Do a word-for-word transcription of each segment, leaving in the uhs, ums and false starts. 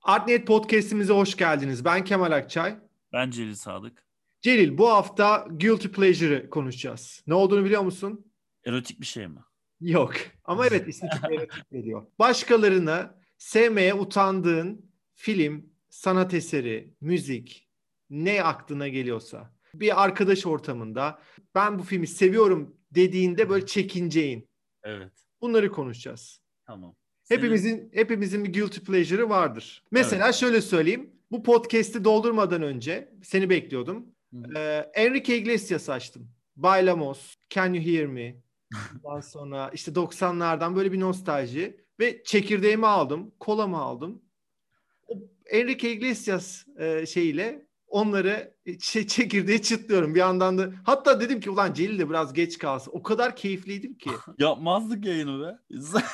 Artnet Podcast'imize hoş geldiniz. Ben Kemal Akçay. Ben Celil Sadık. Celil, bu hafta Guilty Pleasure'ı konuşacağız. Ne olduğunu biliyor musun? Erotik bir şey mi? Yok. Ama evet, ismi çok erotik geliyor. Başkalarını sevmeye utandığın film, sanat eseri, müzik, ne aklına geliyorsa. Bir arkadaş ortamında ben bu filmi seviyorum dediğinde böyle çekineceğin. Evet. Bunları konuşacağız. Tamam. Senin... Hepimizin hepimizin bir guilty pleasure'ı vardır. Mesela Evet. şöyle söyleyeyim. Bu podcast'i doldurmadan önce seni bekliyordum. Ee, Enrique Iglesias açtım. Bailamos, Can You Hear Me? Ondan sonra işte doksanlardan böyle bir nostalji. Ve çekirdeğimi aldım, kolamı aldım. O Enrique Iglesias e, şeyiyle onları ç- çekirdeği çıtlıyorum. Bir yandan da hatta dedim ki ulan Celil de biraz geç kalsın. O kadar keyifliydim ki. Yapmazdık yayını be.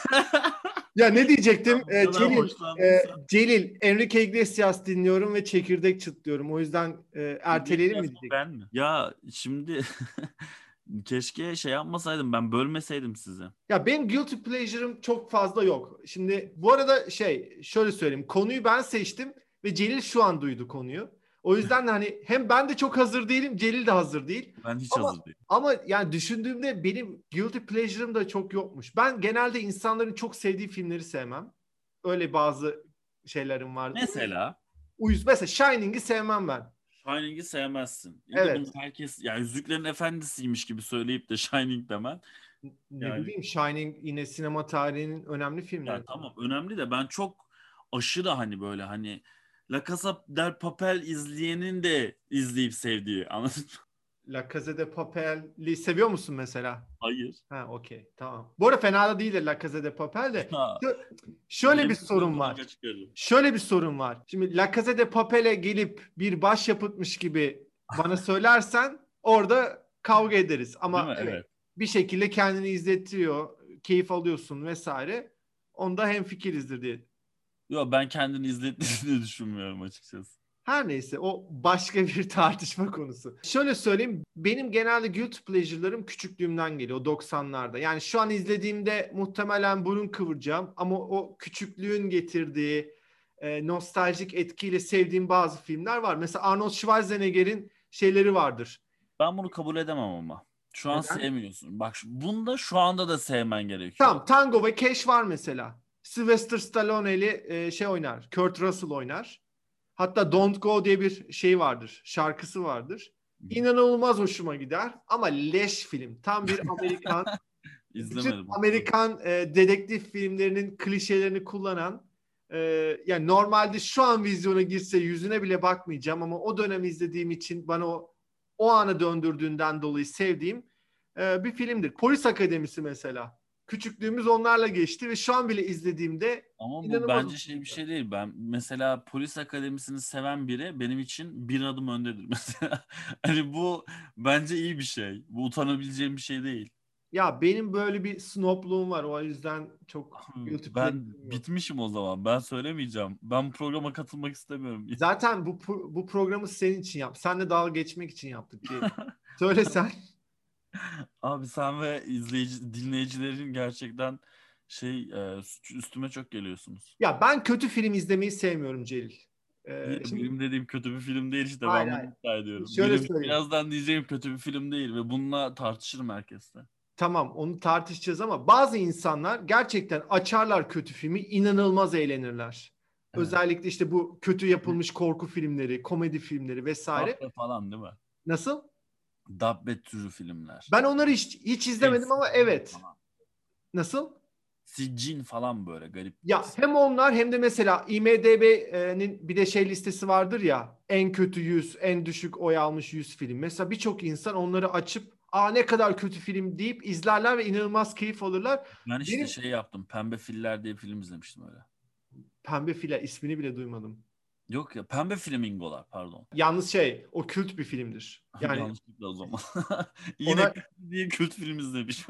Ya ne diyecektim? Bu Ee, kadar Celil, e, hoşlandıysan. Celil, Enrique Iglesias dinliyorum ve çekirdek çıtlıyorum. O yüzden e, erteleyelim mi Iglesias mı diyecek? ben mi? Ya şimdi keşke şey yapmasaydım, ben bölmeseydim sizi. Ya benim guilty pleasure'ım çok fazla yok. Şimdi bu arada şey, şöyle söyleyeyim. Konuyu ben seçtim ve Celil şu an duydu konuyu. O yüzden de hani hem ben de çok hazır değilim, Celil de hazır değil. Ben hiç Ama hazır değilim. ama yani düşündüğümde benim guilty pleasure'ım da çok yokmuş. Ben genelde insanların çok sevdiği filmleri sevmem. Öyle bazı şeylerim var. Mesela Uyuz. Mesela Shining'i sevmem ben. Shining'i sevmezsin. İyi de bunu Evet. herkes yani Yüzüklerin Efendisi'ymiş gibi söyleyip de Shining demen. Ne Yani bileyim, Shining yine sinema tarihinin önemli ya filmlerinden. tamam, önemli de ben çok aşırı hani böyle hani La Casa del Papel izleyenin de izleyip sevdiği, anladın mı? La Casa de Papel'i seviyor musun mesela? Hayır. Ha, okey, tamam. Bu arada fena da değildir La Casa de Papel de. Ha, Şö- Şöyle bir bilemezsen sorun var. kavga çıkarırım. Şöyle bir sorun var. Şimdi La Casa de Papel'e gelip bir başyapıtmış gibi bana söylersen orada kavga ederiz. Değil Ama mi? evet, Evet. bir şekilde kendini izletiyor, keyif alıyorsun vesaire. Onda hemfikirizdir diye. Yok, ben kendini izlettiğini düşünmüyorum açıkçası. Her neyse, o başka bir tartışma konusu. Şöyle söyleyeyim, benim genelde guilty pleasure'larım küçüklüğümden geliyor, doksanlarda. Yani şu an izlediğimde muhtemelen burun kıvıracağım ama o küçüklüğün getirdiği e, nostaljik etkiyle sevdiğim bazı filmler var. Mesela Arnold Schwarzenegger'in şeyleri vardır. Ben bunu kabul edemem ama. Şu an Neden? sevmiyorsun. Bak şu- bunda şu anda da sevmen gerekiyor. Tamam, Tango ve Cash var mesela. Sylvester Stallone'li e, şey oynar, Kurt Russell oynar. Hatta Don't Go diye bir şey vardır. Şarkısı vardır. İnanılmaz hoşuma gider. Ama leş film. Tam bir Amerikan. Bütün İzlemedim onu. Amerikan e, dedektif filmlerinin klişelerini kullanan, e, yani normalde şu an vizyona girse yüzüne bile bakmayacağım ama o dönem izlediğim için bana o o anı döndürdüğünden dolayı sevdiğim e, bir filmdir. Polis Akademisi mesela. Küçüklüğümüz onlarla geçti ve şu an bile izlediğimde Ama bu inanılmaz bence hoşuma şey bir gidiyor. şey değil. Ben mesela Polis Akademisi'ni seven biri benim için bir adım öndedir mesela. Hani bu bence iyi bir şey. Bu utanabileceğim bir şey değil. Ya benim böyle bir snobluğum var. O yüzden çok guilty Ben pleasure'ım yok. bitmişim o zaman. Ben söylemeyeceğim. Ben bu programa katılmak istemiyorum. Zaten bu bu programı senin için yap. Senle dalga geçmek için yaptık diye. Söyle sen. Abi sen ve izleyici dinleyicilerin gerçekten şey e, üstüme çok geliyorsunuz. Ya ben kötü film izlemeyi sevmiyorum Celil. İyi Ee, de şimdi benim dediğim kötü bir film değil işte, hayır ben bunu hayır. iddia ediyorum. Şöyle Benim söyleyeyim. birazdan diyeceğim kötü bir film değil ve bununla tartışırım herkesle. Tamam, onu tartışacağız ama bazı insanlar gerçekten açarlar kötü filmi, inanılmaz eğlenirler. Evet. Özellikle işte bu kötü yapılmış korku filmleri, komedi filmleri vesaire. Dabbe falan değil mi? Nasıl? Dabbe türü filmler. Ben onları hiç, hiç Şey, izlemedim ama Siccin evet. falan. Nasıl? Siccin falan böyle garip. Ya hem onlar hem de mesela IMDb'nin bir de şey listesi vardır ya, en kötü yüz, en düşük oy almış yüz film. Mesela birçok insan onları açıp aa ne kadar kötü film deyip izlerler ve inanılmaz keyif alırlar. Ben işte Benim şey yaptım. Pembe Filler diye bir film izlemiştim öyle. Pembe File ismini bile duymadım. Yok ya, Pembe Flamingolar pardon. Yalnız şey, o kült bir filmdir. Yani Yanlışlıkla o zaman. Yine ona kült diye kült film izlemişim.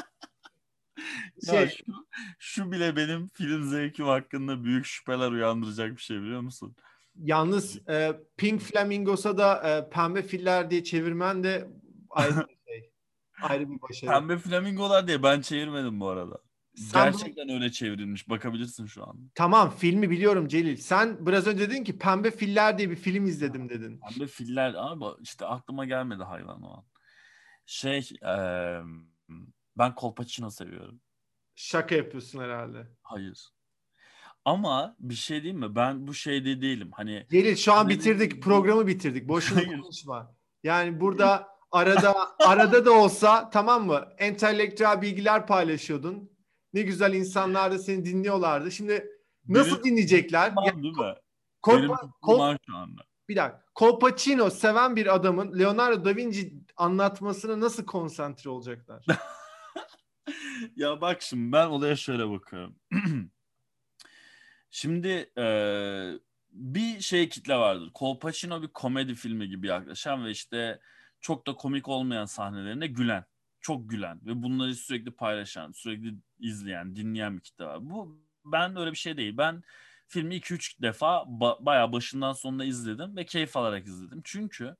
Ya şey, şu, şu bile benim film zevkim hakkında büyük şüpheler uyandıracak bir şey, biliyor musun? yalnız e, Pink Flamingos'a da e, Pembe Filler diye çevirmen de ayrı bir şey. Ayrı bir başarı. Pembe Flamingolar diye ben çevirmedim bu arada. Sen bu- Gerçekten öyle çevrilmiş. Bakabilirsin şu an. tamam, filmi biliyorum Celil. Sen biraz önce dedin ki Pembe Filler diye bir film izledim dedin. Pembe filler abi işte aklıma gelmedi hayvan o an. Şey eee, ben Kolpaçino seviyorum. Şaka yapıyorsun herhalde. Hayır. Ama bir şey diyeyim mi? Ben bu şeyde değilim. Hani Celil, şu an bitirdik, senin bu programı bitirdik. Boşuna hayır. konuşma. Yani burada arada arada da olsa, tamam mı? Entelektüel bilgiler paylaşıyordun. Ne güzel, insanlar da seni dinliyorlardı. Şimdi Benim nasıl dinleyecekler? Yani tutmam değil mi? Kolpa, Benim Kol, tutmam şu anda. bir dakika. Kolpaçino seven bir adamın Leonardo da Vinci anlatmasına nasıl konsantre olacaklar? Ya bak şimdi ben olaya şöyle bakıyorum. Şimdi eee, bir şey kitle vardır. Kolpaçino bir komedi filmi gibi yaklaşan ve işte çok da komik olmayan sahnelerine gülen. Çok gülen ve bunları sürekli paylaşan, sürekli izleyen, dinleyen bir kitle var. Bu ben öyle bir şey değil. Ben filmi iki üç defa ba- bayağı başından sonuna izledim ve keyif alarak izledim. Çünkü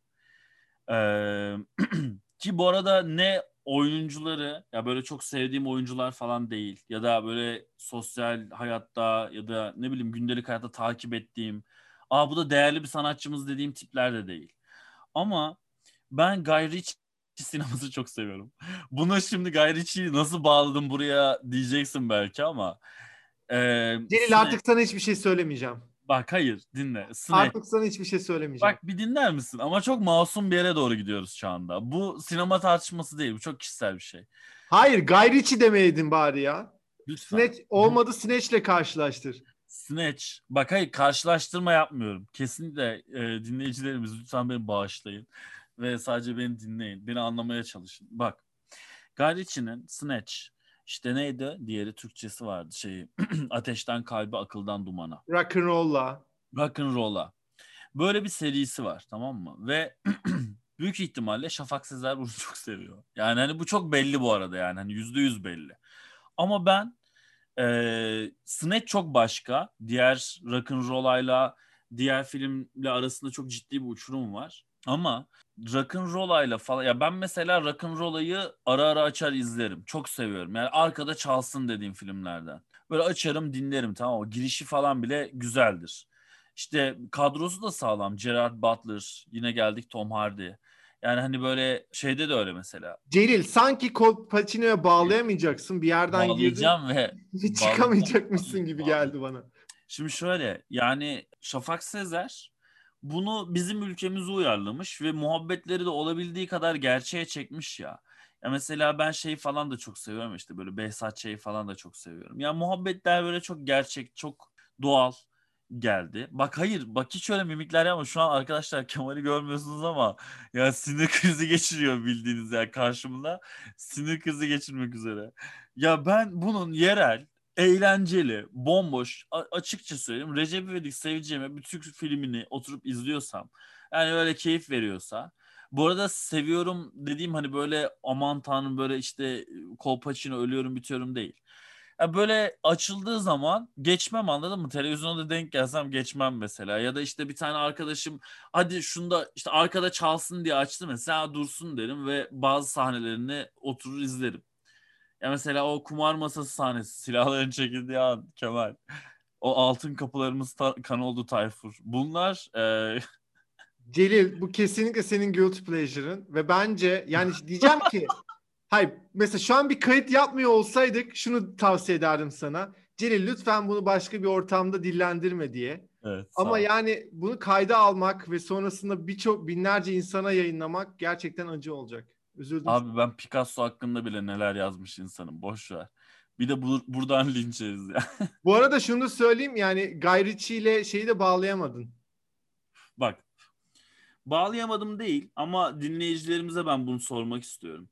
ee, ki bu arada ne oyuncuları ya böyle çok sevdiğim oyuncular falan değil ya da böyle sosyal hayatta ya da ne bileyim gündelik hayatta takip ettiğim, aa bu da değerli bir sanatçımız dediğim tipler de değil. Ama ben Guy Ritchie sineması çok seviyorum. Bunu şimdi Guy Ritchie'yi nasıl bağladım buraya diyeceksin belki ama ee, Celil, Snatch, artık sana hiçbir şey söylemeyeceğim. bak hayır dinle. Snatch. Artık sana hiçbir şey söylemeyeceğim. Bak bir dinler misin? Ama çok masum bir yere doğru gidiyoruz şu anda. Bu sinema tartışması değil. Bu çok kişisel bir şey. Hayır, Guy Ritchie demeydin bari ya. Lütfen. Snatch olmadı, Snatch'le karşılaştır. Snatch. Bak hayır karşılaştırma yapmıyorum. Kesinlikle e, dinleyicilerimiz lütfen beni bağışlayın. Ve sadece beni dinleyin. Beni anlamaya çalışın. Bak. Guy Ritchie'nin Snatch. İşte neydi? Diğeri Türkçesi vardı. Şey, Ateşten Kalbe, Akıldan Dumana. Rock and roll'la. Rock'n'Roll'a. Böyle bir serisi var, tamam mı? Ve büyük ihtimalle Şafak Sezer bunu çok seviyor. Yani hani bu çok belli bu arada yani hani yüzde yüz belli. Ama ben e, Snatch çok başka. Diğer Rock'n'Roll'ayla diğer filmle arasında çok ciddi bir uçurum var. Ama Rock'n'Roll'ayla falan ya ben mesela Rock'n'Roll'ayı ara ara açar izlerim. Çok seviyorum. Yani arkada çalsın dediğim filmlerden. Böyle açarım dinlerim, tamam mı? Girişi falan bile güzeldir. İşte kadrosu da sağlam. Gerard Butler, yine geldik Tom Hardy. Yani hani böyle şeyde de öyle mesela. Celil, sanki Kolpaçino'ya bağlayamayacaksın. Bir yerden girdin. Bağlayacağım ve Hiç bağlayacağım. çıkamayacakmışsın gibi geldi bana. Şimdi şöyle yani Şafak Sezer bunu bizim ülkemize uyarlamış ve muhabbetleri de olabildiği kadar gerçeğe çekmiş ya. Ya mesela ben şeyi falan da çok seviyorum, işte böyle Behzat Ç'yi falan da çok seviyorum. Ya muhabbetler böyle çok gerçek, çok doğal geldi. Bak hayır, bak hiç öyle mimikler yapma. Şu an arkadaşlar Kemal'i görmüyorsunuz ama ya sinir krizi geçiriyor bildiğiniz ya karşımda. Sinir krizi geçirmek üzere. Ya ben bunun yerel, eğlenceli, bomboş, a- açıkça söyleyeyim, Recep İvedik seveceğime bir Türk filmini oturup izliyorsam, yani öyle keyif veriyorsa, bu arada seviyorum dediğim hani böyle aman tanrım böyle işte Kolpaçino ölüyorum bitiyorum değil. Ya böyle açıldığı zaman geçmem, anladın mı? Televizyonda denk gelsem geçmem mesela. Ya da işte bir tane arkadaşım hadi şunda işte arkada çalsın diye açtı mesela, dursun derim ve bazı sahnelerini oturur izlerim. Ya mesela o kumar masası sahnesi, silahların çekildiği an Kemal. O altın kapılarımız ta- kan oldu Tayfur. Bunlar e, Celil, bu kesinlikle senin guilty pleasure'ın ve bence yani diyeceğim ki, hayır, mesela şu an bir kayıt yapmıyor olsaydık şunu tavsiye ederdim sana. Celil, lütfen bunu başka bir ortamda dillendirme diye. evet Ama sağ ol. yani bunu kayda almak ve sonrasında birçok binlerce insana yayınlamak gerçekten acı olacak. Üzüldüm sana. Abi ben Picasso hakkında bile neler yazmış insanım. Boş ver. Bir de bu, buradan linç yeriz ya. Bu arada şunu da söyleyeyim, yani Guy Ritchie ile şeyi de bağlayamadın. Bak, bağlayamadım değil ama dinleyicilerimize ben bunu sormak istiyorum.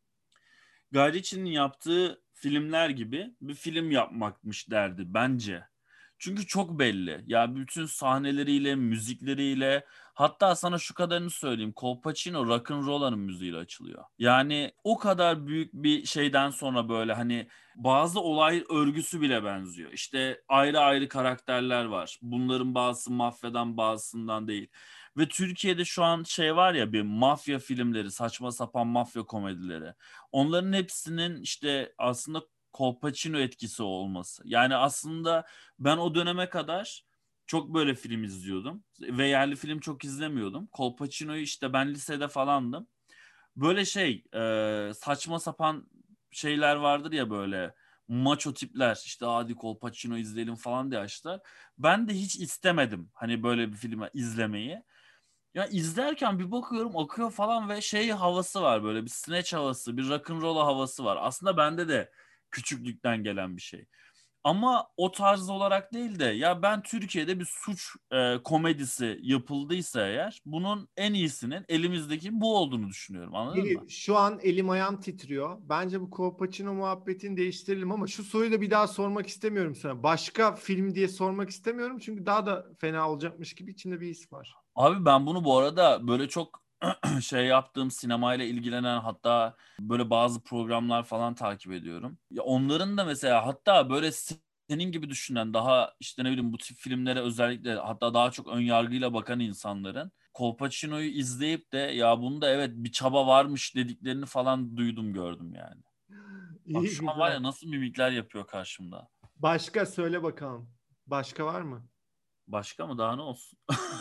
Guy Ritchie'nin yaptığı filmler gibi bir film yapmakmış derdi bence. Çünkü çok belli. Ya bütün sahneleriyle, müzikleriyle, hatta sana şu kadarını söyleyeyim. Kolpaçino Rock'n'Roll'un müziğiyle açılıyor. Yani o kadar büyük bir şeyden sonra böyle hani bazı olay örgüsü bile benziyor. İşte ayrı ayrı karakterler var. Bunların bazısı mafyadan, bazısından değil. Ve Türkiye'de şu an şey var ya, bir mafya filmleri, saçma sapan mafya komedileri. Onların hepsinin işte aslında Kolpaçino etkisi olması. Yani aslında ben o döneme kadar çok böyle film izliyordum. Ve yerli film çok izlemiyordum. Kolpaçino'yu işte ben lisede falandım. Böyle şey e, saçma sapan şeyler vardır ya böyle maço tipler işte hadi Kolpaçino izleyelim falan diye açtılar. Ben de hiç istemedim hani böyle bir filmi izlemeyi. Ya izlerken bir bakıyorum akıyor falan ve şey havası var böyle bir snatch havası, bir rock'n'roll havası var. Aslında bende de küçüklükten gelen bir şey. Ama o tarz olarak değil de ya ben Türkiye'de bir suç e, komedisi yapıldıysa eğer bunun en iyisinin elimizdeki bu olduğunu düşünüyorum. Anladın mı? Geri, şu an elim ayağım titriyor. Bence bu Kolpaçino muhabbetini değiştirelim ama şu soruyu da bir daha sormak istemiyorum sana. Başka film diye sormak istemiyorum çünkü daha da fena olacakmış gibi içinde bir his var. Abi ben bunu bu arada böyle çok şey yaptığım sinemayla ilgilenen hatta böyle bazı programlar falan takip ediyorum. Ya onların da mesela hatta böyle senin gibi düşünen daha işte ne bileyim bu tip filmlere özellikle hatta daha çok ön yargıyla bakan insanların Kolpaçino'yu izleyip de ya bunda evet bir çaba varmış dediklerini falan duydum gördüm yani. Bak İyi, şu an var güzel. ya nasıl mimikler yapıyor karşımda. Başka söyle bakalım. Başka var mı? Başka mı daha ne olsun?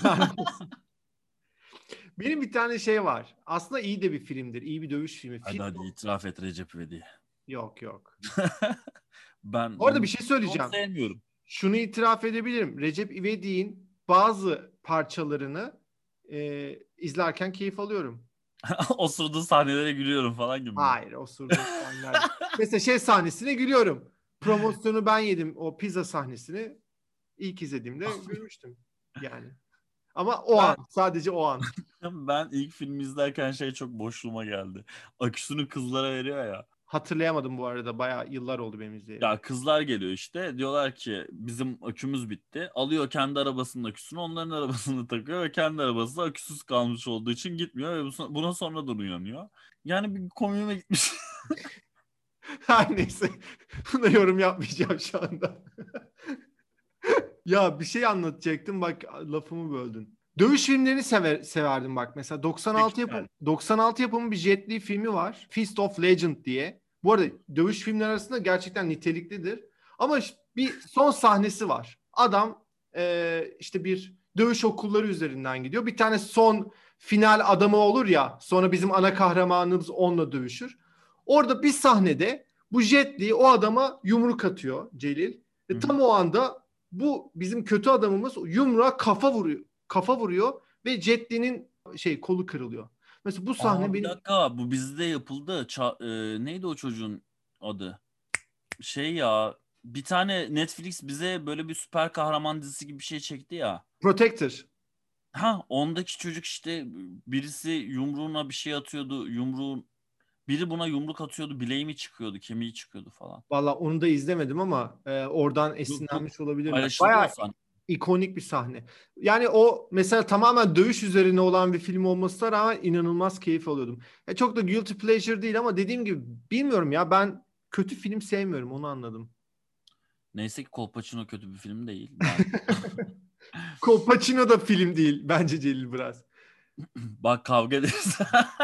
Benim bir tane şey var. Aslında iyi de bir filmdir. İyi bir dövüş filmi. Hadi Fist hadi of... itiraf et Recep İvedik. Yok yok. Ben Bu arada bir onu şey onu söyleyeceğim. sevmiyorum. Şunu itiraf edebilirim. Recep İvedik'in bazı parçalarını e, izlerken keyif alıyorum. Osurduğu sahnelere gülüyorum falan gibi mi? Hayır, osurduğum sahneler. Mesela şey sahnesine gülüyorum. Promosyonu ben yedim. O pizza sahnesini ilk izlediğimde gülmüştüm. Yani. Ama o Ben an. Sadece o an. ben ilk filmi izlerken şey çok boşluğuma geldi. Aküsünü kızlara veriyor ya. Hatırlayamadım bu arada. Bayağı yıllar oldu benim izleyeli. Ya kızlar geliyor işte. Diyorlar ki bizim akümüz bitti. Alıyor kendi arabasının aküsünü onların arabasını takıyor ve kendi arabası da aküsüz kalmış olduğu için gitmiyor ve bu- buna sonradan uyanıyor. Yani bir komiğime gitmiş. Her neyse. Buna yorum yapmayacağım şu anda. Ya bir şey anlatacaktım. Bak lafımı böldün. Dövüş filmlerini sever, severdim bak. Mesela doksan altı Peki. yapım doksan altı yapımı bir Jet Li filmi var. Fist of Legend diye. Bu arada dövüş filmleri arasında gerçekten niteliklidir. Ama ş- bir son sahnesi var. Adam e, işte bir dövüş okulları üzerinden gidiyor. Bir tane son final adamı olur ya. Sonra bizim ana kahramanımız onunla dövüşür. Orada bir sahnede bu Jet Li o adama yumruk atıyor Celil. Hı Ve hı. tam o anda bu bizim kötü adamımız yumruğa kafa vuruyor. Kafa vuruyor ve Jet Li'nin şey kolu kırılıyor. Mesela bu sahne Aa bir benim dakika bu bizde yapıldı. Ça- e, neydi o çocuğun adı? Şey ya bir tane Netflix bize böyle bir süper kahraman dizisi gibi bir şey çekti ya. Protector. Ha ondaki çocuk işte birisi yumruğuna bir şey atıyordu. Yumruğun biri buna yumruk atıyordu. Bileği mi çıkıyordu, kemiği çıkıyordu falan. Valla onu da izlemedim ama e, oradan Yok çok esinlenmiş olabilirler. paylaşıldı o Bayağı sahne. ikonik bir sahne. Yani o mesela tamamen dövüş üzerine olan bir film olmasına rağmen inanılmaz keyif alıyordum. Ya çok da guilty pleasure değil ama dediğim gibi bilmiyorum ya ben kötü film sevmiyorum onu anladım. Neyse ki Kolpaçino kötü bir film değil. Ben Kolpaçino da film değil bence Celil biraz. bak kavga ederiz.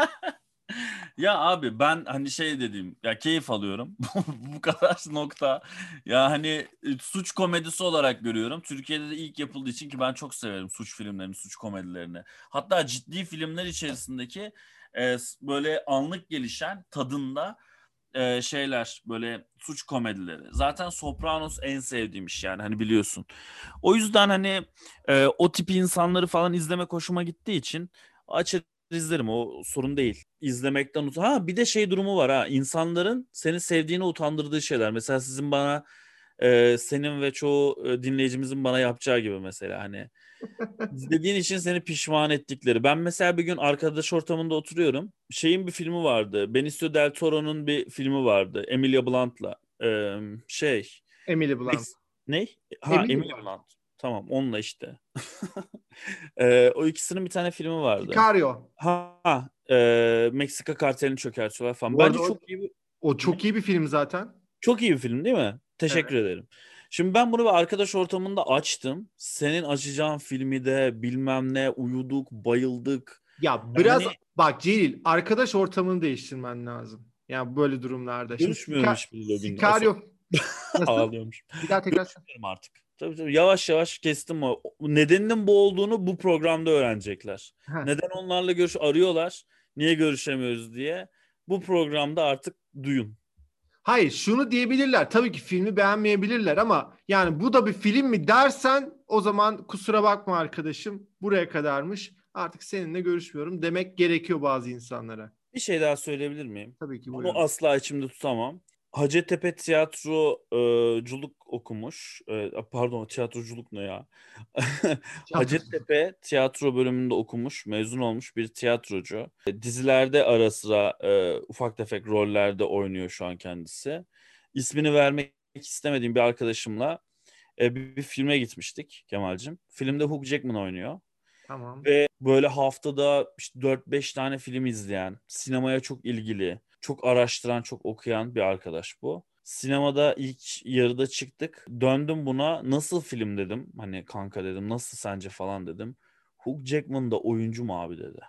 Ya abi ben hani şey dediğim ya keyif alıyorum. Bu kadar nokta. Ya hani e, suç komedisi olarak görüyorum. Türkiye'de de ilk yapıldığı için ki ben çok severim suç filmlerini, suç komedilerini. Hatta ciddi filmler içerisindeki e, s- böyle anlık gelişen tadında e, şeyler böyle suç komedileri. Zaten Sopranos en sevdiğim iş yani hani biliyorsun. O yüzden hani e, o tip insanları falan izlemek hoşuma gittiği için açar izlerim o sorun değil. İzlemekten ut ha bir de şey durumu var ha insanların seni sevdiğini utandırdığı şeyler. Mesela sizin bana e, senin ve çoğu e, dinleyicimizin bana yapacağı gibi mesela hani izlediğin için seni pişman ettikleri. Ben mesela bir gün arkadaş ortamında oturuyorum. Şeyin bir filmi vardı. Benicio del Toro'nun bir filmi vardı. Emilia Blunt'la. Ee, şey. Emily Blunt. Mex- ne? Ha Emily Emilia Blunt. Blunt. Tamam onunla işte. Ee, o ikisinin bir tane filmi vardı. Sicario. Ha, e, Meksika kartelini çökertiyorlar falan. Bu arada Bence o, çok iyi bir o ne? çok iyi bir film zaten. Çok iyi bir film değil mi? Evet. Teşekkür ederim. Şimdi ben bunu bir arkadaş ortamında açtım. Senin açacağın filmi de bilmem ne uyuduk, bayıldık. Ya biraz Yani bak Celil arkadaş ortamını değiştirmen lazım. Yani böyle durumlarda. Şimdi Görüşmüyorum Sica- hiçbiriyle o gün. Sicario nasıl? Ağlıyormuş. Bir daha tekrar söyle. Görüşmüyorum artık. Tabii tabii yavaş yavaş kestim o. Nedeninin bu olduğunu bu programda öğrenecekler. Heh. Neden onlarla görüş arıyorlar? Niye görüşemiyoruz diye. Bu programda artık duyun. Hayır, şunu diyebilirler. Tabii ki filmi beğenmeyebilirler ama yani bu da bir film mi dersen o zaman kusura bakma arkadaşım, buraya kadarmış. Artık seninle görüşmüyorum demek gerekiyor bazı insanlara. Bir şey daha söyleyebilir miyim? Tabii ki, Bunu buyurun. asla içimde tutamam. Hacettepe tiyatroculuk okumuş. E, pardon, tiyatroculuk ne ya? Hacettepe tiyatro bölümünde okumuş, mezun olmuş bir tiyatrocu. E, Dizilerde ara sıra e, ufak tefek rollerde oynuyor şu an kendisi. İsmini vermek istemediğim bir arkadaşımla e, bir, bir filme gitmiştik Kemal'cim. Filmde Hugh Jackman oynuyor. Tamam. Ve böyle haftada işte dört beş tane film izleyen, sinemaya çok ilgili, çok araştıran, çok okuyan bir arkadaş bu. Sinemada ilk yarıda çıktık. Döndüm buna. Nasıl film dedim. Hani kanka dedim. Nasıl sence falan dedim. Hugh Jackman da oyuncu mu abi dedi.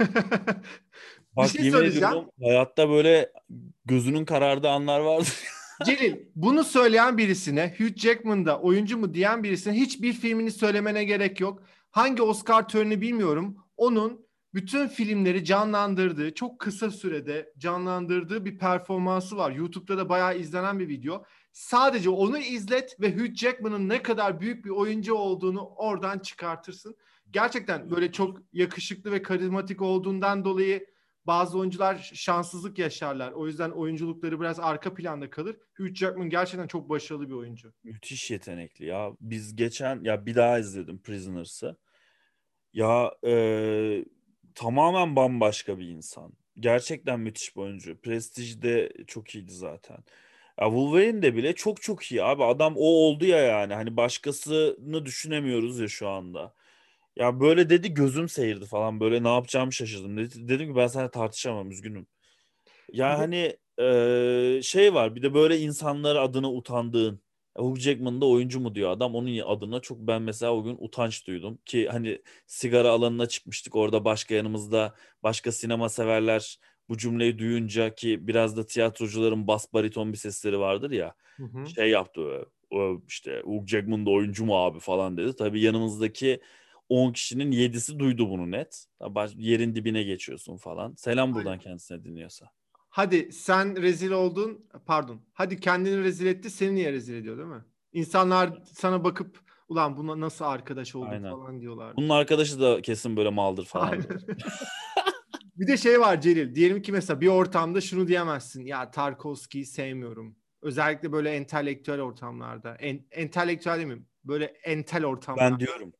Bir Bak şey yemin söyleyeceğim. ediyorum hayatta böyle gözünün karardığı anlar vardır. Celil, bunu söyleyen birisine, Hugh Jackman da oyuncu mu diyen birisine hiçbir filmini söylemene gerek yok. Hangi Oscar törenini bilmiyorum. Onun bütün filmleri canlandırdığı, çok kısa sürede canlandırdığı bir performansı var. YouTube'da da bayağı izlenen bir video. Sadece onu izlet ve Hugh Jackman'ın ne kadar büyük bir oyuncu olduğunu oradan çıkartırsın. Gerçekten böyle çok yakışıklı ve karizmatik olduğundan dolayı bazı oyuncular şanssızlık yaşarlar. O yüzden oyunculukları biraz arka planda kalır. Hugh Jackman gerçekten çok başarılı bir oyuncu. Müthiş yetenekli ya. Biz geçen ya bir daha izledim Prisoners'ı. Ya e, tamamen bambaşka bir insan. Gerçekten müthiş bir oyuncu. Prestige'de çok iyiydi zaten. Ya Wolverine'de bile çok çok iyi abi. Adam o oldu ya yani. Hani başkasını düşünemiyoruz ya şu anda. Ya böyle dedi gözüm seyirdi falan. Böyle ne yapacağımı şaşırdım. Dedi- Dedim ki ben seninle tartışamam üzgünüm. Bir Ya de hani e, şey var bir de böyle insanlar adına utandığın. Hugh Jackman da oyuncu mu diyor adam onun adına çok ben mesela o gün utanç duydum ki hani sigara alanına çıkmıştık orada başka yanımızda başka sinema severler bu cümleyi duyunca ki biraz da tiyatrocuların bas bariton bir sesleri vardır ya hı hı. şey yaptı o, o işte Hugh Jackman da oyuncu mu abi falan dedi. Tabii yanımızdaki on kişinin yedisi duydu bunu net. Baş- Yerin dibine geçiyorsun falan. Selam buradan kendisine dinliyorsa. Hadi sen rezil oldun, pardon. Hadi kendini rezil etti, seni niye rezil ediyor değil mi? İnsanlar sana bakıp ulan buna nasıl arkadaş oldun Aynen. falan Bunun diyorlardır. arkadaşı da kesin böyle maldır falan diyor. Aynen. Bir de şey var Celil. Diyelim ki mesela bir ortamda şunu diyemezsin. Ya Tarkovski'yi sevmiyorum. Özellikle böyle entelektüel ortamlarda. En, entelektüel değil mi? Böyle entel Ben ortamlarda. diyorum.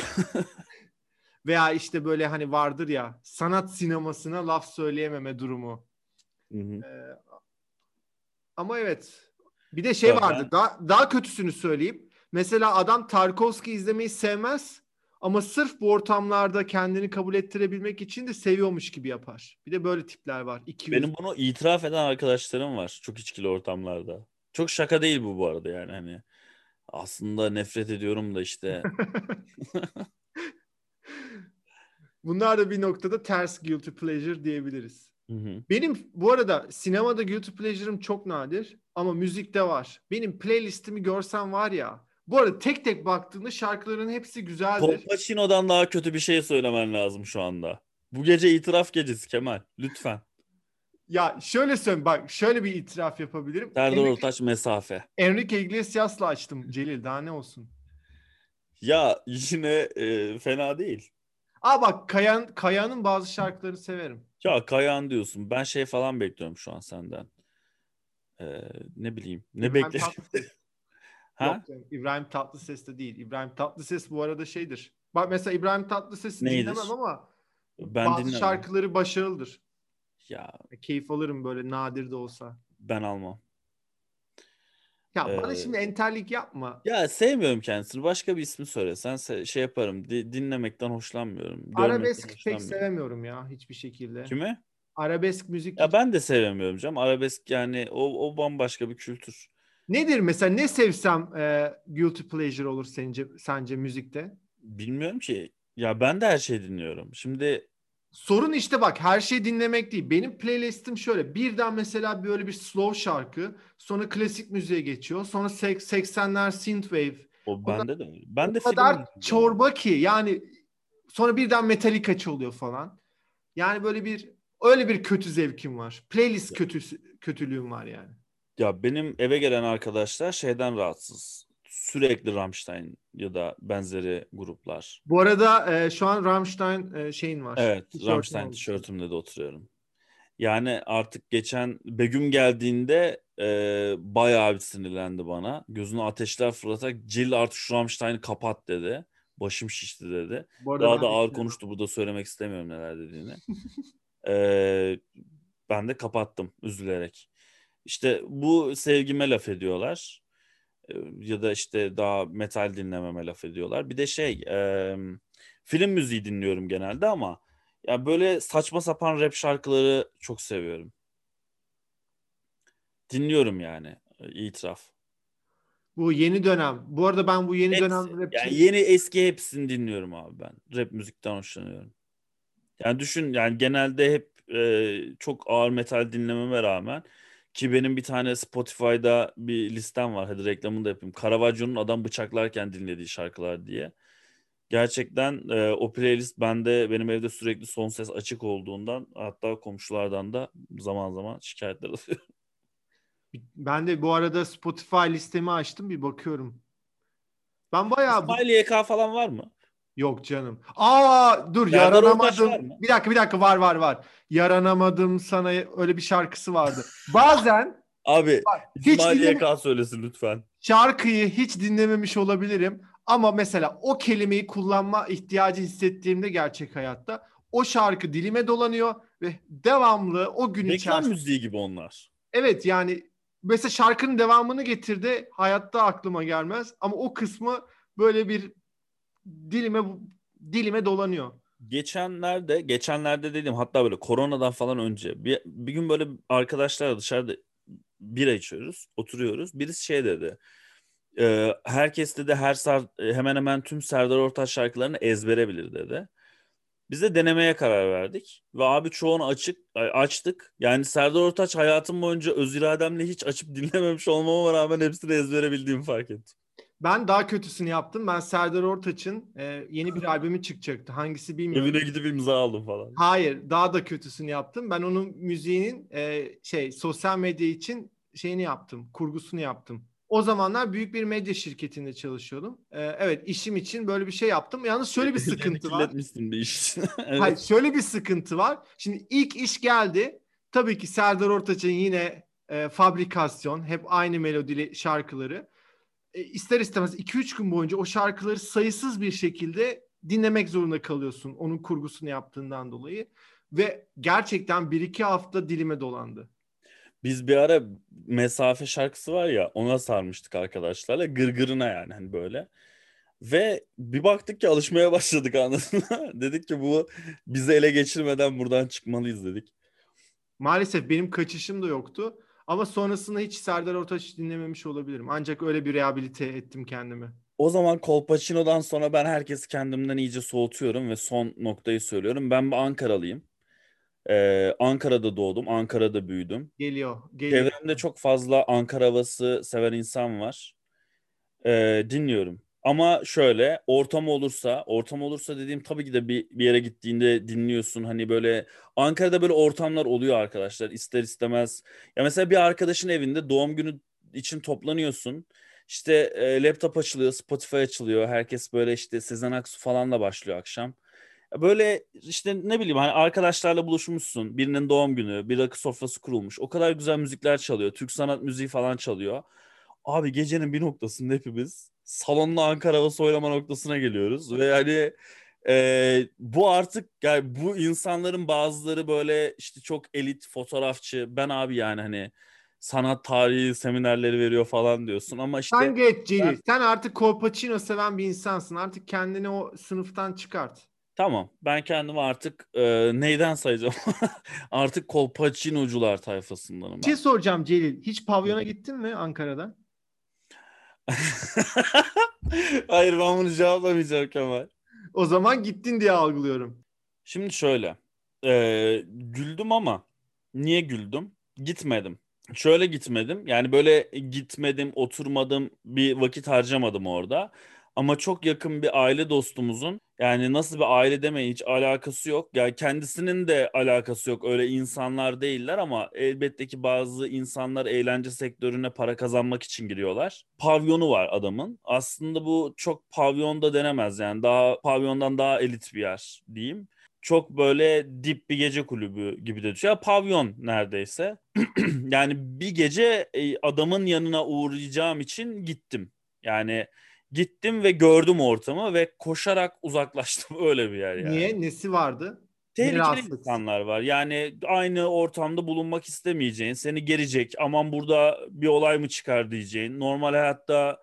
Veya işte böyle hani vardır ya sanat sinemasına laf söyleyememe durumu. Hı hı. Ee, ama evet. Bir de şey Ya vardı. ben Daha, daha kötüsünü söyleyeyim. Mesela adam Tarkovski izlemeyi sevmez ama sırf bu ortamlarda kendini kabul ettirebilmek için de seviyormuş gibi yapar. Bir de böyle tipler var. iki yüz. benim bunu itiraf eden arkadaşlarım var çok içkili ortamlarda. Çok şaka değil bu bu arada yani hani aslında nefret ediyorum da işte. Bunlar da bir noktada ters guilty pleasure diyebiliriz. Hı hı. Benim bu arada sinemada guilty pleasure'ım çok nadir ama müzikte var. Benim playlistimi görsen var ya. Bu arada tek tek baktığında şarkıların hepsi güzeldir. Kolpaçino'dan daha kötü bir şey söylemen lazım şu anda. Bu gece itiraf gecesi Kemal. Lütfen. Ya şöyle söyleyeyim bak şöyle bir itiraf yapabilirim. Serdar Enrique, Ortaç mesafe. Enrique Iglesias'la açtım Celil daha ne olsun. Ya yine e, fena değil. Aa bak Kayan, Kaya'nın bazı şarkılarını severim. Ya Kayahan diyorsun. Ben şey falan bekliyorum şu an senden. Ee, ne bileyim. Ne İbrahim beklerim? Tatlıses. Ha? Yok canım, İbrahim Tatlıses de değil. İbrahim Tatlıses bu arada şeydir. Bak mesela İbrahim Tatlıses'i dinlemem Neydir? ama Ben bazı dinlemem. şarkıları başarılıdır. Ya Keyif alırım böyle nadir de olsa. ben almam. Ya bana Ee, şimdi entellik yapma. ya sevmiyorum kendisini. Başka bir ismi söylesen se- şey yaparım. Di- dinlemekten hoşlanmıyorum. Görmekten Arabesk pek hoşlanmıyorum. sevemiyorum ya hiçbir şekilde. Kimi? Arabesk müzik Ya hiç. ben de sevemiyorum canım. Arabesk yani o, o bambaşka bir kültür. Nedir mesela ne sevsem e, guilty pleasure olur sence, sence müzikte? Bilmiyorum ki. Ya ben de her şeyi dinliyorum. Şimdi Sorun işte bak, her şeyi dinlemek değil. Benim playlistim şöyle. Birden mesela böyle bir slow şarkı, sonra klasik müziğe geçiyor. Sonra sek- seksenler synthwave. O Ondan bende de öyle. o Ben de film kadar müziği genelde. çorba ki yani, sonra birden Metallica çalıyor falan. Yani böyle bir, öyle bir kötü zevkim var. Playlist kötüsü, kötülüğüm var yani. Ya benim eve gelen arkadaşlar şeyden rahatsız. Sürekli Rammstein ya da benzeri gruplar. Bu arada e, şu an Rammstein e, şeyin var. Evet, Tişörtün Rammstein oldu. tişörtümle de oturuyorum. Yani artık geçen Begüm geldiğinde e, bayağı bir sinirlendi bana. Gözüne ateşler fırlatarak Jill artık şu Rammstein'i kapat dedi. Başım şişti dedi. Bu arada Daha da ben de ağır sevmem. konuştu. Burada söylemek istemiyorum neler dediğini. E, Ben de kapattım üzülerek. İşte bu sevgime laf ediyorlar. E, Ya da işte daha metal dinlememe laf ediyorlar. Bir de şey e, film müziği dinliyorum genelde ama ya böyle saçma sapan rap şarkıları çok seviyorum. Dinliyorum yani. e, itiraf. Bu yeni dönem. Bu arada ben bu yeni Hepsi. dönem Yani rapçi yeni eski hepsini dinliyorum abi ben. Rap müzikten hoşlanıyorum. Yani düşün yani genelde hep e, çok ağır metal dinlememe rağmen ki benim bir tane Spotify'da bir listem var. Hadi reklamını da yapayım. Caravaggio'nun adam bıçaklarken dinlediği şarkılar diye. Gerçekten e, o playlist bende benim evde sürekli son ses açık olduğundan hatta komşulardan da zaman zaman şikayetler alıyorum. ben de bu arada Spotify listemi açtım, bir bakıyorum. Ben bayağı bu... İsmail Y K falan var mı? Yok canım. Aa dur, Serdar Ortaç var yaranamadım. mı? Bir dakika bir dakika, var var var. Yaranamadım sana, öyle bir şarkısı vardı. Bazen Abi hiç İsmail dinleme, Y K söylesin lütfen. şarkıyı hiç dinlememiş olabilirim. Ama mesela o kelimeyi kullanma ihtiyacı hissettiğimde gerçek hayatta o şarkı dilime dolanıyor ve devamlı o gün Reklam içerisinde. müziği gibi onlar. Evet yani, mesela şarkının devamını getirdi, hayatta aklıma gelmez ama o kısmı böyle bir dilime dilime dolanıyor. Geçenlerde, geçenlerde dedim hatta böyle koronadan falan önce bir, bir gün böyle arkadaşlarla dışarıda bira içiyoruz, oturuyoruz. Birisi şey dedi. E, herkes dedi her sar, hemen hemen tüm Serdar Ortaç şarkılarını ezbere bilir dedi. Biz de denemeye karar verdik ve abi çoğunu açık açtık. Yani Serdar Ortaç hayatım boyunca öz irademle hiç açıp dinlememiş olmama rağmen hepsini ezbere bildiğimi fark ettim. Ben daha kötüsünü yaptım. Ben Serdar Ortaç'ın e, yeni bir albümü çıkacaktı. Hangisi bilmiyorum. Evine gidip imza aldım falan. Hayır, daha da kötüsünü yaptım. Ben onun müziğinin e, şey sosyal medya için şeyini yaptım, kurgusunu yaptım. O zamanlar büyük bir medya şirketinde çalışıyordum. E, evet, işim için böyle bir şey yaptım. Yalnız şöyle bir Ellerini sıkıntı var. kirletmişsin bir iş için. Hayır, Evet. şöyle bir sıkıntı var. Şimdi ilk iş geldi. Tabii ki Serdar Ortaç'ın yine e, fabrikasyon, hep aynı melodili şarkıları. E, ister istemez iki üç gün boyunca o şarkıları sayısız bir şekilde dinlemek zorunda kalıyorsun. Onun kurgusunu yaptığından dolayı. Ve gerçekten bir iki hafta dilime dolandı. Biz bir ara Mesafe şarkısı var ya ona sarmıştık arkadaşlarla gırgırına yani hani böyle. Ve bir baktık ki alışmaya başladık anladın mı? Dedik ki bu bizi ele geçirmeden buradan çıkmalıyız dedik. Maalesef benim kaçışım da yoktu. Ama sonrasında hiç Serdar Ortaç dinlememiş olabilirim. Ancak öyle bir rehabilite ettim kendimi. O zaman Kolpaçino'dan sonra ben herkesi kendimden iyice soğutuyorum ve son noktayı söylüyorum. Ben bir Ankaralıyım. Ee, Ankara'da doğdum, Ankara'da büyüdüm. Geliyor, geliyor. Çevremde çok fazla Ankara havası seven insan var. Ee, dinliyorum. Ama şöyle ortam olursa, ortam olursa dediğim tabii ki de bir, bir yere gittiğinde dinliyorsun. Hani böyle Ankara'da böyle ortamlar oluyor arkadaşlar ister istemez. Ya mesela bir arkadaşın evinde doğum günü için toplanıyorsun. İşte e, laptop açılıyor, Spotify açılıyor. Herkes böyle işte Sezen Aksu falanla başlıyor akşam. Ya böyle işte ne bileyim hani arkadaşlarla buluşmuşsun. Birinin doğum günü, bir rakı sofrası kurulmuş. O kadar güzel müzikler çalıyor. Türk sanat müziği falan çalıyor. Abi gecenin bir noktasında hepimiz salonla Ankara havası oynama noktasına geliyoruz. Ve yani e, bu artık yani bu insanların bazıları böyle işte çok elit fotoğrafçı. Ben abi yani hani sanat tarihi seminerleri veriyor falan diyorsun. Ama işte Sen geç ben Celi. Sen artık Kolpaçino seven bir insansın. Artık kendini o sınıftan çıkart. tamam ben kendimi artık e, neyden sayacağım? Artık kolpaçinocular tayfasındanım Bir şey ben. soracağım Celil. Hiç pavyona gittin mi Ankara'da? Hayır ben bunu cevaplamayacağım Kemal. O zaman gittin diye algılıyorum. Şimdi şöyle. Ee, güldüm ama niye güldüm? Gitmedim. Şöyle gitmedim. Yani böyle gitmedim, oturmadım, bir vakit harcamadım orada. Ama çok yakın bir aile dostumuzun, yani nasıl bir aile demeyin, hiç alakası yok. Yani kendisinin de alakası yok. Öyle insanlar değiller ama elbette ki bazı insanlar eğlence sektörüne para kazanmak için giriyorlar. Pavyonu var adamın. Aslında bu çok pavyon da denemez yani. Daha pavyondan daha elit bir yer diyeyim. Çok böyle dip bir gece kulübü gibi de düşüyor. Ya pavyon neredeyse. Yani bir gece e, adamın yanına uğrayacağım için gittim. Yani gittim ve gördüm ortamı ve koşarak uzaklaştım. Öyle bir yer yani. Niye? Nesi vardı? Ne Tehlikeli rahatsız? insanlar var. Yani aynı ortamda bulunmak istemeyeceğin, seni gerecek, aman burada bir olay mı çıkar diyeceğin, normal hayatta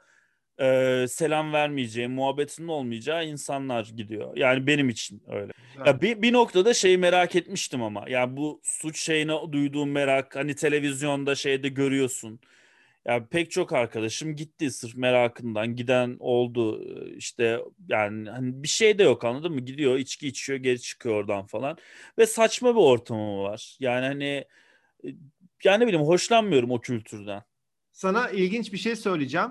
e, selam vermeyeceğin, muhabbetinin olmayacağı insanlar gidiyor. Yani benim için öyle. Güzel. Ya bir, bir noktada şeyi merak etmiştim ama. Ya bu suç şeyine duyduğum merak, hani televizyonda şeyde görüyorsun. Ya pek çok arkadaşım gitti sırf merakından, giden oldu işte, yani hani bir şey de yok, anladın mı? Gidiyor, içki içiyor, geri çıkıyor oradan falan ve saçma bir ortamı var. Yani hani e, yani ne bileyim, hoşlanmıyorum o kültürden. Sana ilginç bir şey söyleyeceğim.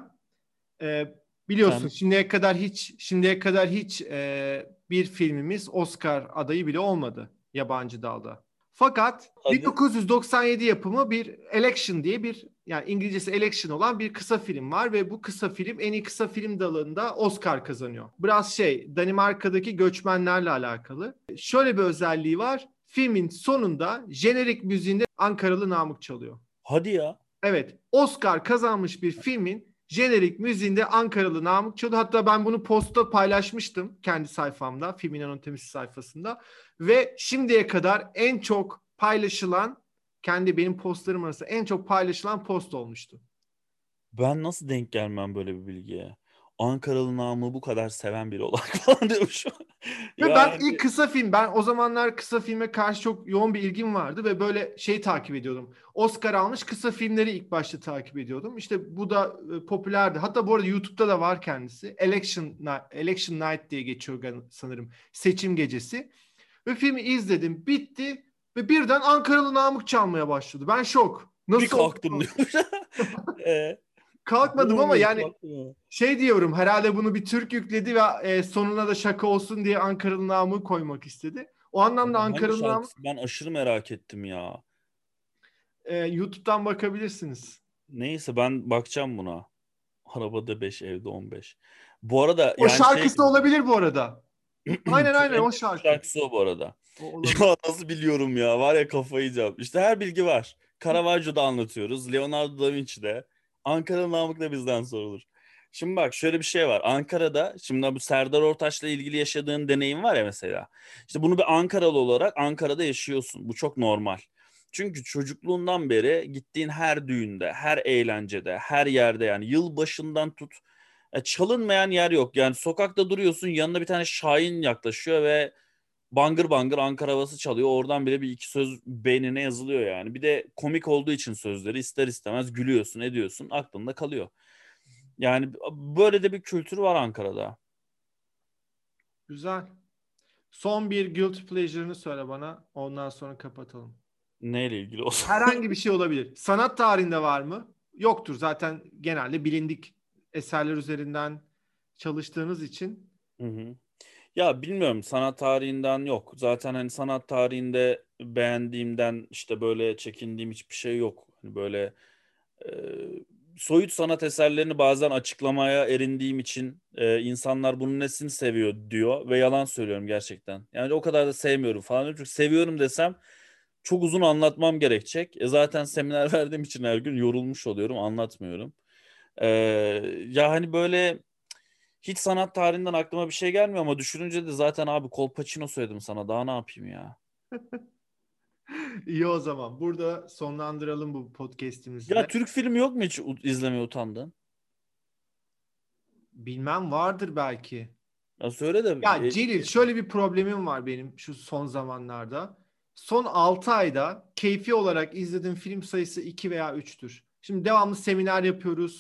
Ee, biliyorsun Sen şimdiye kadar hiç şimdiye kadar hiç e, bir filmimiz Oscar adayı bile olmadı yabancı dalda. Fakat hadi. bin dokuz yüz doksan yedi yapımı bir Election diye bir, yani İngilizcesi Election olan bir kısa film var ve bu kısa film en iyi kısa film dalında Oscar kazanıyor. Biraz şey, Danimarka'daki göçmenlerle alakalı. Şöyle bir özelliği var. Filmin sonunda jenerik müziğinde Ankaralı Namık çalıyor. Hadi ya. Evet, Oscar kazanmış bir filmin jenerik müziğinde Ankaralı Namık çalıyor. Hatta ben bunu posta paylaşmıştım kendi sayfamda, filmin anatomisi sayfasında. Ve şimdiye kadar en çok paylaşılan, kendi benim postlarım arasında en çok paylaşılan post olmuştu. Ben nasıl denk gelmem böyle bir bilgiye? Ankaralı namı bu kadar seven biri olarak falan diyormuşum. Ve ben Yani ilk kısa film, ben o zamanlar kısa filme karşı çok yoğun bir ilgim vardı ve böyle şey takip ediyordum. Oscar almış kısa filmleri ilk başta takip ediyordum. İşte bu da e, popülerdi. Hatta bu arada YouTube'da da var kendisi. Election Night, Election Night diye geçiyor sanırım. Seçim gecesi. Ve filmi izledim, bitti ve birden Ankaralı Namık çalmaya başladı. Ben şok. bir Nasıl kalktım oldu? diyormuş. e, Kalkmadım ama durmuyor yani kalktım. şey diyorum, herhalde bunu bir Türk yükledi ve e, sonuna da şaka olsun diye Ankaralı Namık'ı koymak istedi. O anlamda Ama hangi Ankaralı Namık şarkısı? Ben aşırı merak ettim ya. e, YouTube'dan bakabilirsiniz. Neyse, ben bakacağım buna. Arabada beş, evde on beş. Bu arada O yani şey şarkısı olabilir bu arada. Aynen çok aynen en o ünlü şarkı. şarkısı o bu arada. O olabilir. Ya nasıl biliyorum ya, var ya, kafayı yiyeceğim. İşte her bilgi var. Caravaggio'da anlatıyoruz. Leonardo da Vinci'de. Ankara Namık da bizden sorulur. Şimdi bak, şöyle bir şey var. Ankara'da şimdi bu Serdar Ortaç'la ilgili yaşadığın deneyim var ya mesela. İşte bunu bir Ankaralı olarak Ankara'da yaşıyorsun. Bu çok normal. Çünkü çocukluğundan beri gittiğin her düğünde, her eğlencede, her yerde, yani yılbaşından tut, e, çalınmayan yer yok. Yani sokakta duruyorsun, yanına bir tane Şahin yaklaşıyor ve bangır bangır Ankara havası çalıyor. Oradan bile bir iki söz beynine yazılıyor yani. Bir de komik olduğu için sözleri ister istemez gülüyorsun, ediyorsun, aklında kalıyor. Yani böyle de bir kültür var Ankara'da. Güzel. Son bir guilty pleasure'ını söyle bana. Ondan sonra kapatalım. Neyle ilgili olsa. Herhangi bir şey olabilir. Sanat tarihinde var mı? Yoktur. Zaten genelde bilindik eserler üzerinden çalıştığınız için. Hı hı. Ya bilmiyorum, sanat tarihinden yok. Zaten hani sanat tarihinde beğendiğimden, işte böyle çekindiğim hiçbir şey yok. Hani böyle e, soyut sanat eserlerini bazen açıklamaya erindiğim için e, insanlar bunun nesini seviyor diyor ve yalan söylüyorum gerçekten. Yani o kadar da sevmiyorum falan diyorum. Çünkü seviyorum desem çok uzun anlatmam gerekecek. E, zaten seminer verdiğim için her gün yorulmuş oluyorum, anlatmıyorum. E, ya hani böyle hiç sanat tarihinden aklıma bir şey gelmiyor ama düşününce de zaten abi Kolpaçino söyledim sana. Daha ne yapayım ya? İyi o zaman. Burada sonlandıralım bu podcast'imizi Ya de. Türk filmi yok mu hiç u- izlemeye utandın? Bilmem, vardır belki. Ya söyle de Ya e, Celil, şöyle bir problemim var benim şu son zamanlarda. Son altı ayda keyfi olarak izlediğim film sayısı iki veya üçtür. Şimdi devamlı seminer yapıyoruz.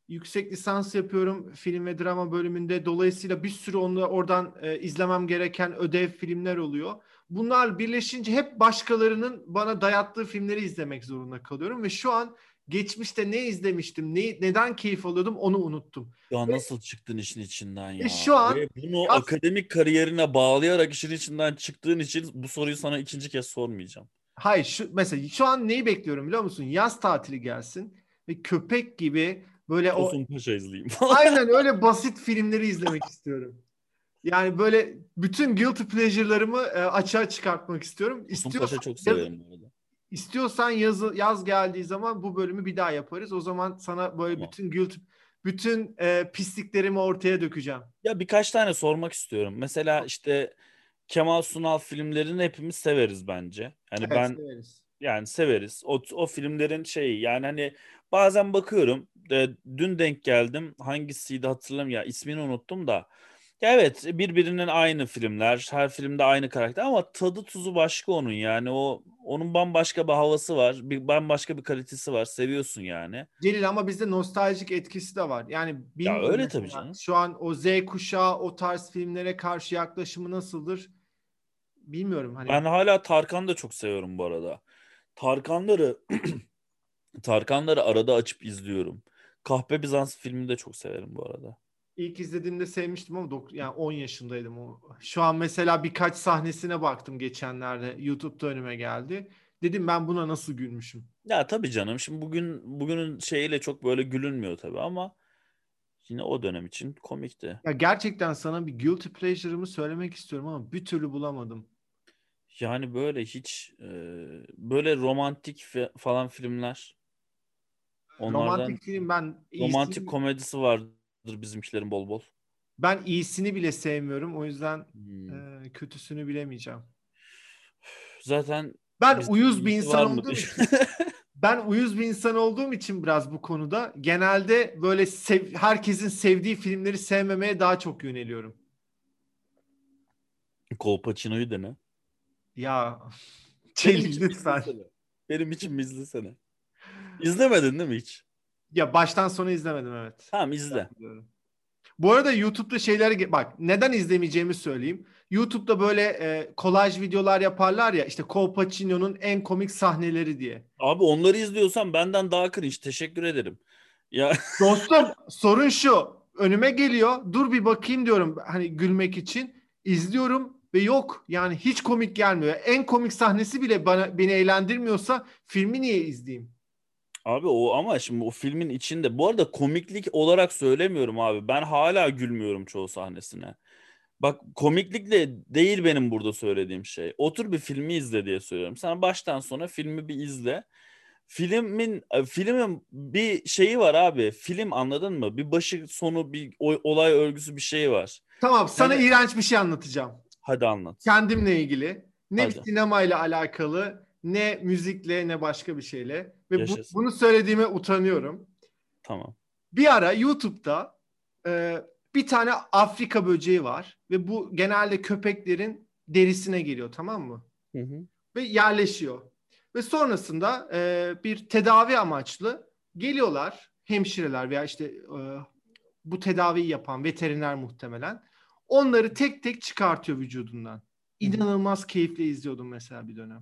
yüksek lisans yapıyorum film ve drama bölümünde. Dolayısıyla bir sürü onu oradan e, izlemem gereken ödev filmler oluyor. Bunlar birleşince hep başkalarının bana dayattığı filmleri izlemek zorunda kalıyorum ve şu an geçmişte ne izlemiştim, ne, neden keyif alıyordum onu unuttum. Ya Ve, nasıl çıktın işin içinden ve ya? şu an Ve bunu yaz, akademik kariyerine bağlayarak işin içinden çıktığın için bu soruyu sana ikinci kez sormayacağım. hayır şu, mesela şu an neyi bekliyorum biliyor musun? Yaz tatili gelsin ve köpek gibi böyle o Tosun Paşa izleyeyim falan. aynen öyle basit filmleri izlemek istiyorum. Yani böyle bütün guilty pleasure'larımı e, açığa çıkartmak istiyorum. Tosun Paşa İstiyorsan çok yaz, severim bu arada. istiyorsan yaz, yaz geldiği zaman bu bölümü bir daha yaparız. O zaman sana böyle Tamam. bütün guilty bütün e, pisliklerimi ortaya dökeceğim. Ya birkaç tane sormak istiyorum. Mesela işte Kemal Sunal filmlerini hepimiz severiz bence. Yani Evet, ben severiz. yani severiz. O, o filmlerin şeyi yani hani bazen bakıyorum e, dün denk geldim hangisiydi hatırlamıyorum ya ismini unuttum da. Ya evet birbirinin aynı filmler her filmde aynı karakter ama tadı tuzu başka onun yani o onun bambaşka bir havası var bir bambaşka bir kalitesi var seviyorsun yani. Celil ama bizde nostaljik etkisi de var. Yani Ya bilmiyorum öyle tabii mesela canım. şu an o Z kuşağı o tarz filmlere karşı yaklaşımı nasıldır? Bilmiyorum hani Ben hala Tarkan'ı da çok seviyorum bu arada. Tarkanları Tarkanları arada açıp izliyorum. Kahpe Bizans filmini de çok severim bu arada. ilk izlediğimde sevmiştim ama dok- yani on yaşındaydım o. Şu an mesela birkaç sahnesine baktım geçenlerde. YouTube'da önüme geldi. Dedim ben buna nasıl gülmüşüm. Ya tabii canım. Şimdi bugün bugünün şeyiyle çok böyle gülünmüyor tabii ama yine o dönem için komikti. Ya gerçekten sana bir guilty pleasure'ımı söylemek istiyorum ama bir türlü bulamadım. Yani böyle hiç e, böyle romantik fe- falan filmler. Onlardan Romantik film ben romantik iyisini komedisi vardır bizimkilerin bol bol. ben iyisini bile sevmiyorum. O yüzden Hmm. e, kötüsünü bilemeyeceğim. Zaten Ben bizde uyuz bir iyisi insan var mı olduğum diye. için ben uyuz bir insan olduğum için biraz bu konuda genelde böyle sev- herkesin sevdiği filmleri sevmemeye daha çok yöneliyorum. Kolpaçino'yu dene. Ya Benim Celil için mi lütfen. izlesene. Benim için mi izlesene. İzlemedin değil mi hiç? Ya baştan sona izlemedim evet. Tamam izle. Biliyorum. Bu arada YouTube'da şeyler ge- bak neden izlemeyeceğimi söyleyeyim. YouTube'da böyle e, kolaj videolar yaparlar ya işte Kolpaçino'nun en komik sahneleri diye. Abi onları izliyorsan benden daha cringe. Teşekkür ederim. Ya Dostum sorun şu. Önüme geliyor. Dur bir bakayım diyorum hani gülmek için. İzliyorum ve yok. Yani hiç komik gelmiyor. En komik sahnesi bile bana beni eğlendirmiyorsa filmi niye izleyeyim? abi o ama şimdi o filmin içinde bu arada komiklik olarak söylemiyorum abi. Ben hala gülmüyorum çoğu sahnesine. Bak komiklikle değil benim burada söylediğim şey. Otur bir filmi izle diye söylüyorum. Sen baştan sona filmi bir izle. Filmin e, filmin bir şeyi var abi. Film anladın mı? Bir başı sonu bir o- olay örgüsü bir şey var. Tamam sana Yani iğrenç bir şey anlatacağım. hadi anlat. Kendimle ilgili. Ne Hadi. sinemayla alakalı, ne müzikle, ne başka bir şeyle. Ve bu, Yaşasın. bunu söylediğime utanıyorum. Tamam. Bir ara YouTube'da e, bir tane Afrika böceği var. Ve bu genelde köpeklerin derisine geliyor tamam mı? Hı hı. Ve yerleşiyor. Ve sonrasında e, bir tedavi amaçlı geliyorlar hemşireler veya işte e, bu tedaviyi yapan veteriner muhtemelen. Onları tek tek çıkartıyor vücudundan. Hı hı. İnanılmaz keyifle izliyordum mesela bir dönem.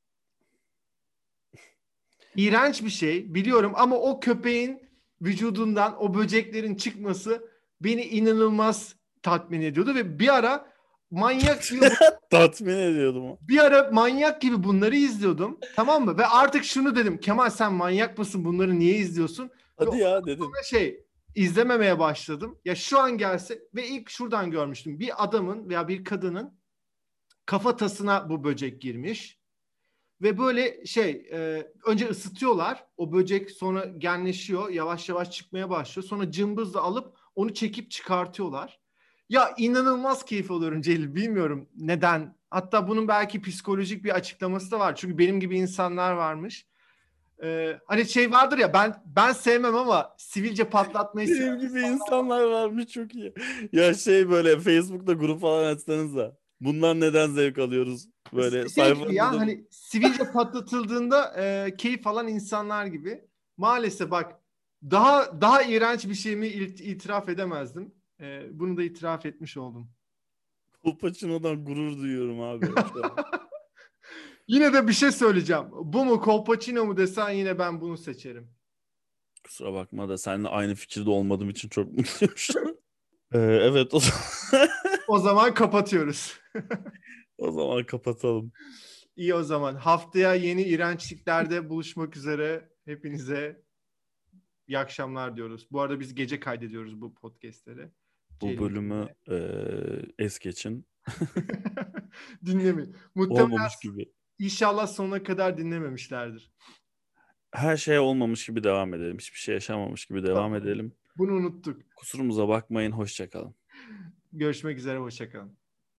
İğrenç bir şey biliyorum ama o köpeğin vücudundan o böceklerin çıkması beni inanılmaz tatmin ediyordu ve bir ara manyak gibi Tatmin ediyordum. bir ara manyak gibi bunları izliyordum. Tamam mı? Ve artık şunu dedim. Kemal sen manyak mısın? Bunları niye izliyorsun? Ve Hadi ondan ya dedin. sonra şey izlememeye başladım. Ya şu an gelse ve ilk şuradan görmüştüm. Bir adamın veya bir kadının kafatasına bu böcek girmiş. Ve böyle şey e, önce ısıtıyorlar. O böcek sonra genleşiyor. Yavaş yavaş çıkmaya başlıyor. Sonra cımbızla alıp onu çekip çıkartıyorlar. Ya inanılmaz keyif alıyorum Celil. Bilmiyorum neden. Hatta bunun belki psikolojik bir açıklaması da var. Çünkü benim gibi insanlar varmış. Ee, hani şey vardır ya ben ben sevmem ama sivilce patlatmayı Benim seven gibi insanlar var. insanlar varmış çok iyi. Ya şey böyle Facebook'ta grup falan açsanız da bundan neden zevk alıyoruz? Böyle Şey gibi sayfanızda ya da hani sivilce patlatıldığında e, keyif alan insanlar gibi. Maalesef bak Daha daha iğrenç bir şeyimi it- itiraf edemezdim. Ee, bunu da itiraf etmiş oldum. Kolpaçino'dan gurur duyuyorum abi. Yine de bir şey söyleyeceğim. Bu mu Kolpaçino mu desen yine ben bunu seçerim. Kusura bakma da seninle aynı fikirde olmadığım için çok mutluyum şu an. Ee, evet o zaman. O zaman kapatıyoruz. O zaman kapatalım. İyi o zaman. Haftaya yeni iğrençliklerde buluşmak üzere. Hepinize iyi akşamlar diyoruz. Bu arada biz gece kaydediyoruz bu podcastleri. Bu bölümü e, es geçin. Dinlemeyin. Muhtemelen Olmamış gibi. inşallah sonuna kadar dinlememişlerdir. Her şey olmamış gibi devam edelim. Hiçbir şey yaşamamış gibi devam Tamam. edelim. Bunu unuttuk. Kusurumuza bakmayın. Hoşça kalın. Görüşmek üzere. Hoşça kalın.